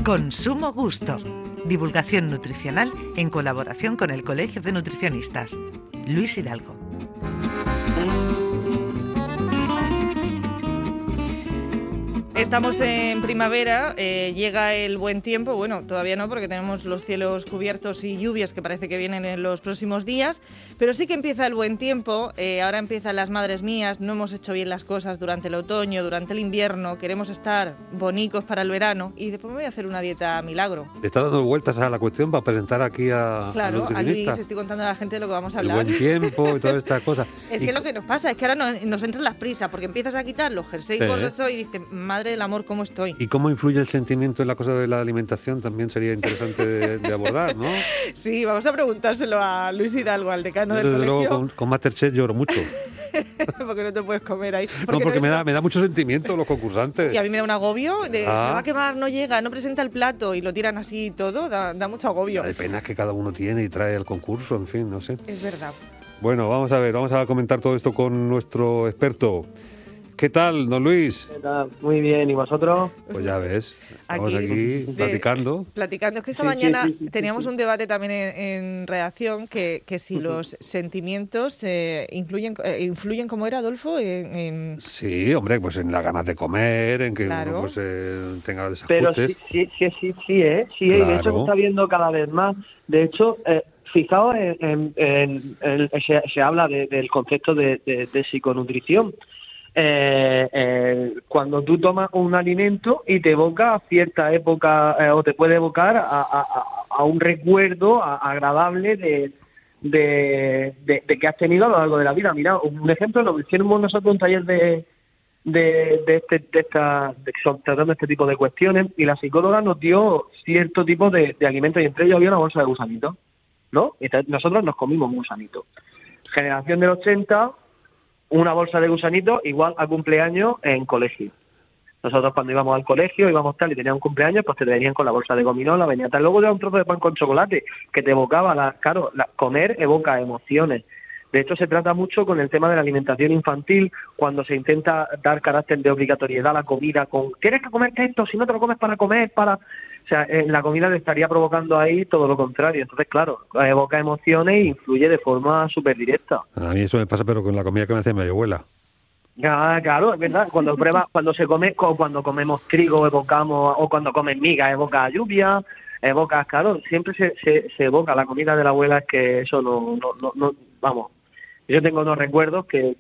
Con Sumo Gusto. Divulgación nutricional en colaboración con el Colegio de Nutricionistas. Luis Hidalgo. Estamos en primavera, llega el buen tiempo, bueno, todavía no porque tenemos los cielos cubiertos y lluvias que parece que vienen en los próximos días, pero sí que empieza el buen tiempo, ahora empiezan las madres mías, no hemos hecho bien las cosas durante el otoño, durante el invierno, queremos estar bonicos para el verano y después me voy a hacer una dieta milagro. Le está dando vueltas a la cuestión para presentar aquí a Claro, los a Luis nutricionistas. estoy contando a la gente de lo que vamos a hablar. El buen tiempo y todas estas cosas. Es que lo que nos pasa es que ahora nos entran las prisas porque empiezas a quitar los jerseys gordos y dices, madre del amor, ¿cómo estoy? ¿Y cómo influye el sentimiento en la cosa de la alimentación? También sería interesante de abordar, ¿no? Sí, vamos a preguntárselo a Luis Hidalgo, al decano del Desde colegio. luego, con Masterchef lloro mucho. Porque no te puedes comer ahí. Porque me da mucho sentimiento los concursantes. Y a mí me da un agobio de se va a quemar, no llega, no presenta el plato y lo tiran así y todo, da mucho agobio. Hay penas que cada uno tiene y trae al concurso, en fin, no sé. Es verdad. Bueno, vamos a comentar todo esto con nuestro experto. ¿Qué tal, don Luis? ¿Qué tal? Muy bien, ¿y vosotros? Pues ya ves, estamos aquí platicando. Platicando, es que esta mañana teníamos un debate también en redacción que si los sentimientos influyen, ¿cómo era, Adolfo? Sí, hombre, pues en las ganas de comer, en que claro. uno pues, tenga desajustes. Pero sí, de hecho se está viendo cada vez más. De hecho, fijaos, se habla del concepto de psiconutrición. Cuando tú tomas un alimento y te evoca a cierta época o te puede evocar a un recuerdo agradable de que has tenido a lo largo de la vida. Mira, un ejemplo, lo que hicimos nosotros un taller tratando este tipo de cuestiones, y la psicóloga nos dio cierto tipo de alimentos y entre ellos había una bolsa de gusanitos, ¿no? Y nosotros nos comimos gusanitos. Generación del 80, una bolsa de gusanitos igual a cumpleaños en colegio. Nosotros cuando íbamos al colegio, íbamos tal y teníamos un cumpleaños, pues te venían con la bolsa de gominola, venía tal. Luego de un trozo de pan con chocolate que te evocaba, comer evoca emociones. De hecho, se trata mucho con el tema de la alimentación infantil, cuando se intenta dar carácter de obligatoriedad a la comida, con tienes que comerte esto, si no te lo comes para comer, O sea, la comida le estaría provocando ahí todo lo contrario. Entonces, claro, evoca emociones e influye de forma súper directa. A mí eso me pasa, pero con la comida que me hace mi abuela. Claro, es verdad. Cuando cuando comemos trigo evocamos, o cuando comes migas evoca lluvia, evocas, claro, siempre se evoca la comida de la abuela. Es que eso no vamos. Yo tengo unos recuerdos que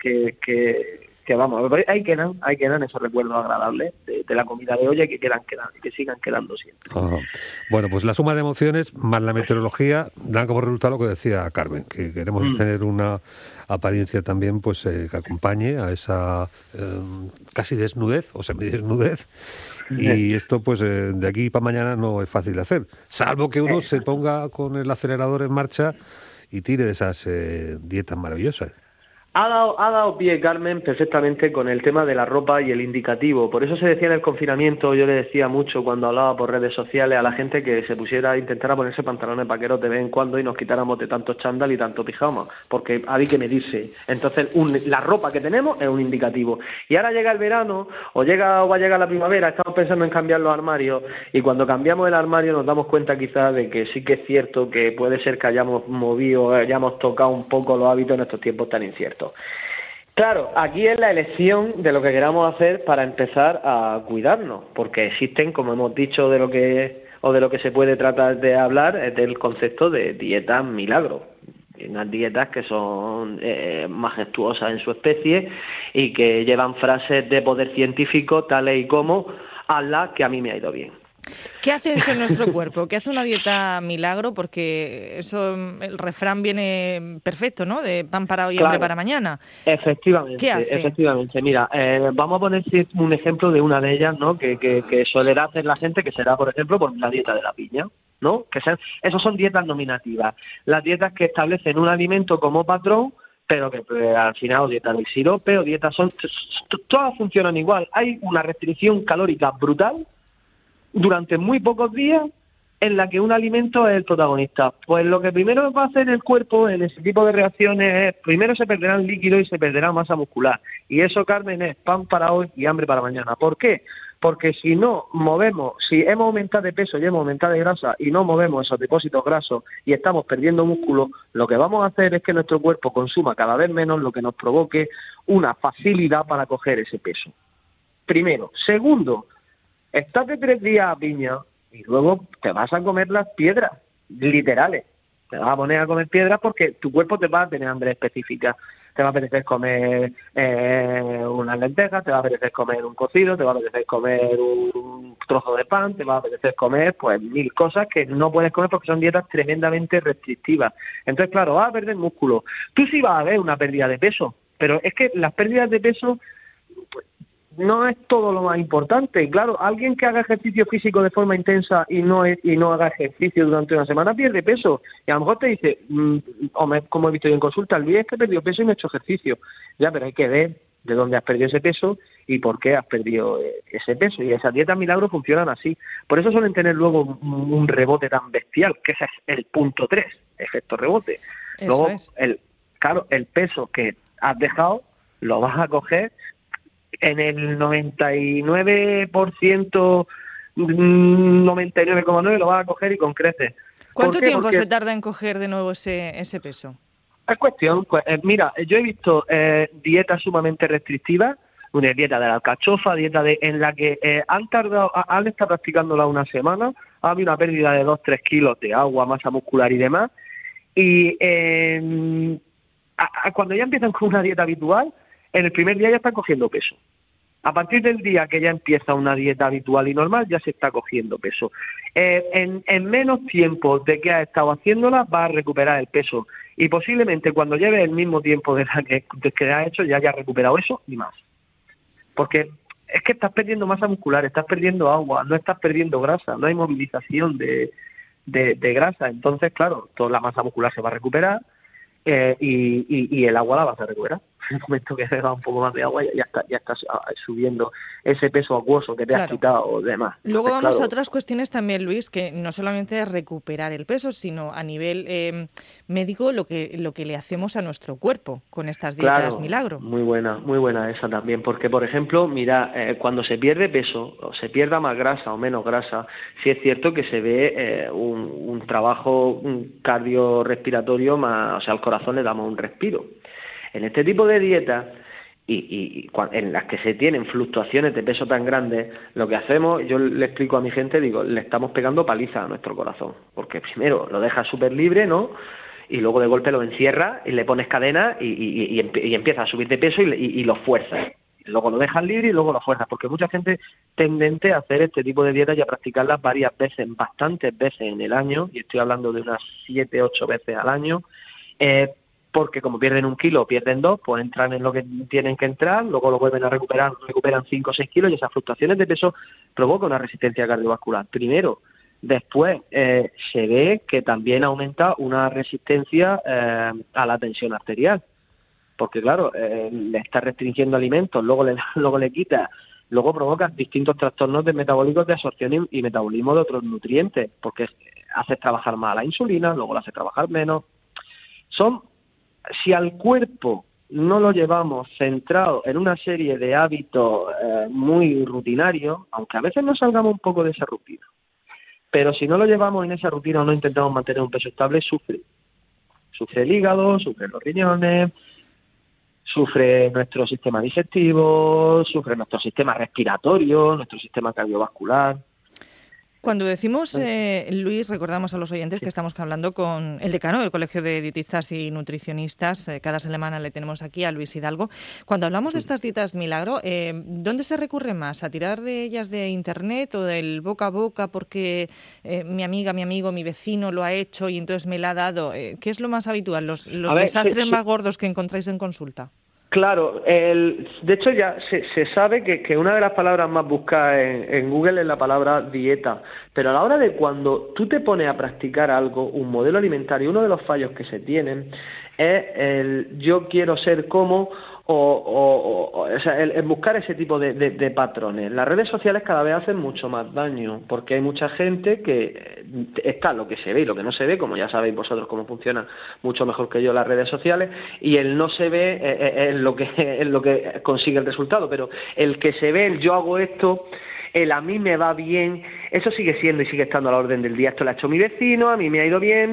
vamos, ahí quedan esos recuerdos agradables de la comida de olla que sigan quedando siempre. Ajá. Bueno, pues la suma de emociones más la meteorología dan como resultado lo que decía Carmen, que queremos tener una apariencia también pues que acompañe a esa casi desnudez o semidesnudez, y esto pues de aquí para mañana no es fácil de hacer, salvo que uno se ponga con el acelerador en marcha y tire de esas dietas maravillosas. Ha dado pie, Carmen, perfectamente con el tema de la ropa y el indicativo. Por eso se decía en el confinamiento, yo le decía mucho cuando hablaba por redes sociales a la gente que se intentara ponerse pantalones vaqueros de vez en cuando y nos quitáramos de tanto chándal y tanto pijama, porque había que medirse. Entonces, la ropa que tenemos es un indicativo. Y ahora llega el verano, o va a llegar la primavera, estamos pensando en cambiar los armarios, y cuando cambiamos el armario nos damos cuenta quizás de que sí que es cierto que puede ser que hayamos tocado un poco los hábitos en estos tiempos tan inciertos. Claro, aquí es la elección de lo que queramos hacer para empezar a cuidarnos, porque existen, como hemos dicho, de lo que se puede tratar de hablar, es del concepto de dietas milagro. Unas dietas que son majestuosas en su especie y que llevan frases de poder científico tales y como hazla que a mí me ha ido bien. ¿Qué hace eso en nuestro cuerpo? ¿Qué hace una dieta milagro? Porque eso, el refrán viene perfecto, ¿no? De pan para hoy y hambre para mañana. Efectivamente. ¿Qué hace? Efectivamente. Mira, vamos a poner un ejemplo de una de ellas, ¿no? Que solerá hacer la gente, que será, por ejemplo, por la dieta de la piña, ¿no? Esos son dietas nominativas. Las dietas que establecen un alimento como patrón, pero que al final, o dieta del sirope, o dietas todas funcionan igual. Hay una restricción calórica brutal durante muy pocos días en la que un alimento es el protagonista? Pues lo que primero va a hacer el cuerpo en ese tipo de reacciones es, primero se perderán líquidos y se perderá masa muscular. Y eso, Carmen, es pan para hoy y hambre para mañana. ¿Por qué? Porque si no movemos, si hemos aumentado de peso y hemos aumentado de grasa y no movemos esos depósitos grasos y estamos perdiendo músculo, lo que vamos a hacer es que nuestro cuerpo consuma cada vez menos, lo que nos provoque una facilidad para coger ese peso. Primero. Segundo, estás de 3 días a piña y luego te vas a comer las piedras, literales. Te vas a poner a comer piedras porque tu cuerpo te va a tener hambre específica. Te va a apetecer comer unas lentejas, te va a apetecer comer un cocido, te va a apetecer comer un trozo de pan, te va a apetecer comer pues 1000 cosas que no puedes comer porque son dietas tremendamente restrictivas. Entonces, claro, vas a perder músculo. Tú sí vas a ver una pérdida de peso, pero es que las pérdidas de peso no es todo lo más importante. Claro, alguien que haga ejercicio físico de forma intensa y no haga ejercicio durante una semana pierde peso. Y a lo mejor te dice, como he visto yo en consulta, Luis, es que he perdido peso y no he hecho ejercicio. Ya, pero hay que ver de dónde has perdido ese peso y por qué has perdido ese peso. Y esas dietas milagro funcionan así. Por eso suelen tener luego un rebote tan bestial, que ese es el punto 3, efecto rebote. Eso luego, es. el peso que has dejado lo vas a coger en el 99%, 99,9% lo vas a coger y con creces. ¿Cuánto ¿Por qué? tiempo Porque se tarda en coger de nuevo ese peso? es cuestión, mira, yo he visto dietas sumamente restrictivas, una dieta de la alcachofa, en la que han estado practicándola una semana, ha habido una pérdida de 2-3 kilos de agua, masa muscular y demás, y cuando ya empiezan con una dieta habitual, en el primer día ya están cogiendo peso. A partir del día que ya empieza una dieta habitual y normal, ya se está cogiendo peso. En menos tiempo de que has estado haciéndola, vas a recuperar el peso. Y posiblemente cuando lleves el mismo tiempo de que has hecho, ya hayas recuperado eso y más. Porque es que estás perdiendo masa muscular, estás perdiendo agua, no estás perdiendo grasa, no hay movilización de grasa. Entonces, claro, toda la masa muscular se va a recuperar y el agua la vas a recuperar. En el momento que bebas un poco más de agua ya estás subiendo ese peso acuoso que te has quitado o demás. Luego Entonces, vamos claro, a otras cuestiones también, Luis, que no solamente es recuperar el peso, sino a nivel médico lo que le hacemos a nuestro cuerpo con estas dietas milagro. Muy buena esa también, porque por ejemplo, mira, cuando se pierde peso, o se pierda más grasa o menos grasa, sí es cierto que se ve un trabajo cardiorrespiratorio más, o sea, al corazón le damos un respiro. En este tipo de dietas en las que se tienen fluctuaciones de peso tan grandes, lo que hacemos, yo le explico a mi gente, digo, le estamos pegando paliza a nuestro corazón, porque primero lo dejas súper libre, ¿no? Y luego de golpe lo encierras y le pones cadena y empieza a subir de peso y lo fuerzas. Luego lo dejas libre y luego lo fuerzas, porque mucha gente tendente a hacer este tipo de dietas y a practicarlas varias veces, bastantes veces en el año, y estoy hablando de unas 7-8 veces al año, porque como pierden 1 kilo, pierden 2, pues entran en lo que tienen que entrar, luego lo vuelven a recuperan 5 o 6 kilos y esas fluctuaciones de peso provocan una resistencia cardiovascular. Primero, después se ve que también aumenta una resistencia a la tensión arterial, porque claro, le está restringiendo alimentos, luego le quita, luego provoca distintos trastornos metabólicos de absorción y metabolismo de otros nutrientes, porque hace trabajar más la insulina, luego la hace trabajar menos. Si al cuerpo no lo llevamos centrado en una serie de hábitos muy rutinarios, aunque a veces nos salgamos un poco de esa rutina, pero si no lo llevamos en esa rutina o no intentamos mantener un peso estable, sufre el hígado, sufren los riñones, sufre nuestro sistema digestivo, sufre nuestro sistema respiratorio, nuestro sistema cardiovascular. Cuando decimos, Luis, recordamos a los oyentes que estamos hablando con el decano del Colegio de Dietistas y Nutricionistas. Cada semana le tenemos aquí a Luis Hidalgo. Cuando hablamos de estas dietas milagro, ¿dónde se recurre más? ¿A tirar de ellas de internet o del boca a boca porque mi amiga, mi amigo, mi vecino lo ha hecho y entonces me la ha dado? ¿Qué es lo más habitual? ¿Los desastres más gordos que encontráis en consulta? Claro, de hecho ya se sabe que una de las palabras más buscadas en Google es la palabra dieta, pero a la hora de cuando tú te pones a practicar algo, un modelo alimentario, uno de los fallos que se tienen es el yo quiero ser como o sea, el buscar ese tipo de patrones. Las redes sociales cada vez hacen mucho más daño, porque hay mucha gente que está lo que se ve y lo que no se ve, como ya sabéis vosotros cómo funcionan mucho mejor que yo las redes sociales, y el no se ve es lo que consigue el resultado, pero el que se ve, el yo hago esto, el a mí me va bien, eso sigue siendo y sigue estando a la orden del día. Esto lo ha hecho mi vecino, a mí me ha ido bien.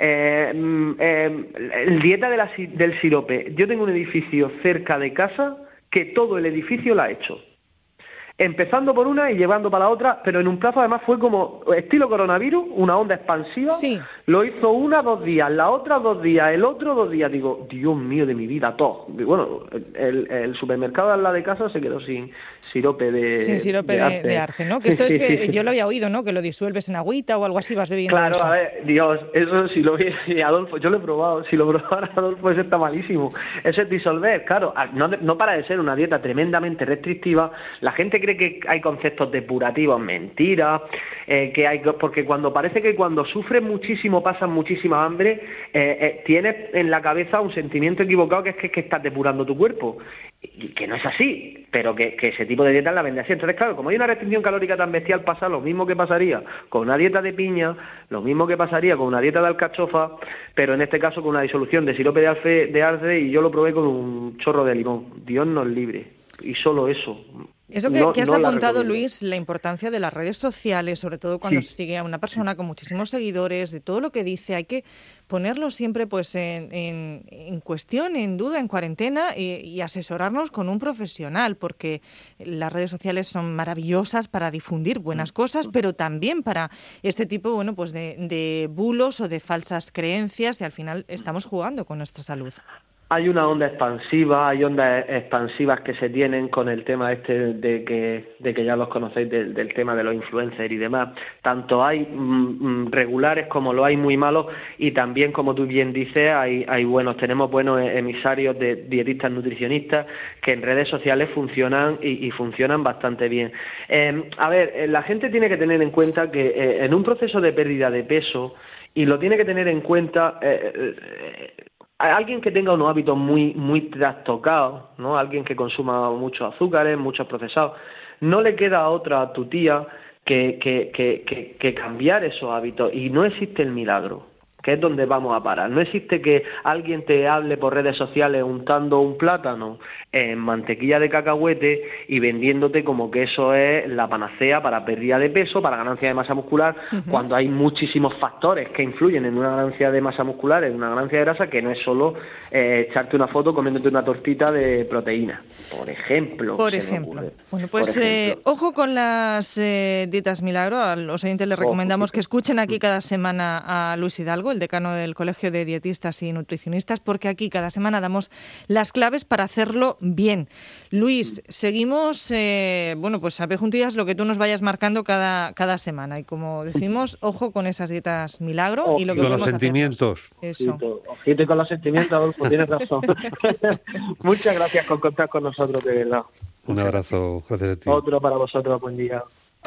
El dieta del sirope. Yo tengo un edificio cerca de casa que todo el edificio lo ha hecho. Empezando por una y llevando para la otra, pero en un plazo además fue como estilo coronavirus, una onda expansiva. Sí. Lo hizo una 2 días, la otra 2 días, el otro 2 días. Digo, Dios mío de mi vida, todo. Bueno, el supermercado al lado de casa se quedó sin sirope de arce, ¿no? Que esto es que yo lo había oído, ¿no? Que lo disuelves en agüita o algo así, vas bebiendo. Claro, eso. A ver, Dios, eso si lo vi, Adolfo, yo lo he probado, si lo probara Adolfo, eso está malísimo. Eso es disolver, claro, no para de ser una dieta tremendamente restrictiva. La gente cree que hay conceptos depurativos, mentiras, porque parece que cuando sufres muchísimo, pasas muchísima hambre, tienes en la cabeza un sentimiento equivocado que es que estás depurando tu cuerpo, y que no es así, pero que ese tipo de dieta la vende así. Entonces, claro, como hay una restricción calórica tan bestial, pasa lo mismo que pasaría con una dieta de piña, lo mismo que pasaría con una dieta de alcachofa, pero en este caso con una disolución de sirope de arce, y yo lo probé con un chorro de limón. Dios nos libre, y solo eso. Eso que has apuntado, Luis, la importancia de las redes sociales, sobre todo cuando se sigue a una persona con muchísimos seguidores, de todo lo que dice, hay que ponerlo siempre pues en cuestión, en duda, en cuarentena, y asesorarnos con un profesional, porque las redes sociales son maravillosas para difundir buenas cosas, pero también para este tipo, bueno, pues de bulos o de falsas creencias, y al final estamos jugando con nuestra salud. Hay una onda expansiva, hay ondas expansivas que se tienen con el tema de que ya los conocéis, del tema de los influencers y demás. Tanto hay regulares como lo hay muy malos, y también, como tú bien dices, tenemos buenos emisarios de dietistas nutricionistas que en redes sociales funcionan y funcionan bastante bien. La gente tiene que tener en cuenta que en un proceso de pérdida de peso, y lo tiene que tener en cuenta alguien que tenga unos hábitos muy trastocados, ¿no? Alguien que consuma muchos azúcares, muchos procesados, no le queda otra a tu tía que cambiar esos hábitos, y no existe el milagro, que es donde vamos a parar. No existe que alguien te hable por redes sociales untando un plátano en mantequilla de cacahuete y vendiéndote como que eso es la panacea para pérdida de peso, para ganancia de masa muscular, cuando hay muchísimos factores que influyen en una ganancia de masa muscular, en una ganancia de grasa, que no es solo echarte una foto comiéndote una tortita de proteína, por ejemplo. Bueno, pues ojo con las dietas milagro. A los oyentes les recomendamos que escuchen aquí cada semana a Luis Hidalgo, el decano del Colegio de Dietistas y Nutricionistas, porque aquí cada semana damos las claves para hacerlo bien. Luis, seguimos, pues sabe juntillas lo que tú nos vayas marcando cada semana, y como decimos, ojo con esas dietas milagro y lo que con los sentimientos. Eso. Ojito con los sentimientos, Adolfo, tienes razón. Muchas gracias por contar con nosotros, de verdad. Un abrazo, gracias a ti. Otro para vosotros, buen día.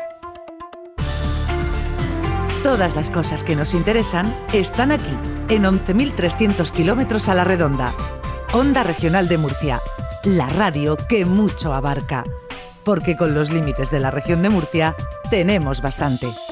Todas las cosas que nos interesan están aquí, en 11.300 kilómetros a la redonda. Onda Regional de Murcia, la radio que mucho abarca. Porque con los límites de la región de Murcia tenemos bastante.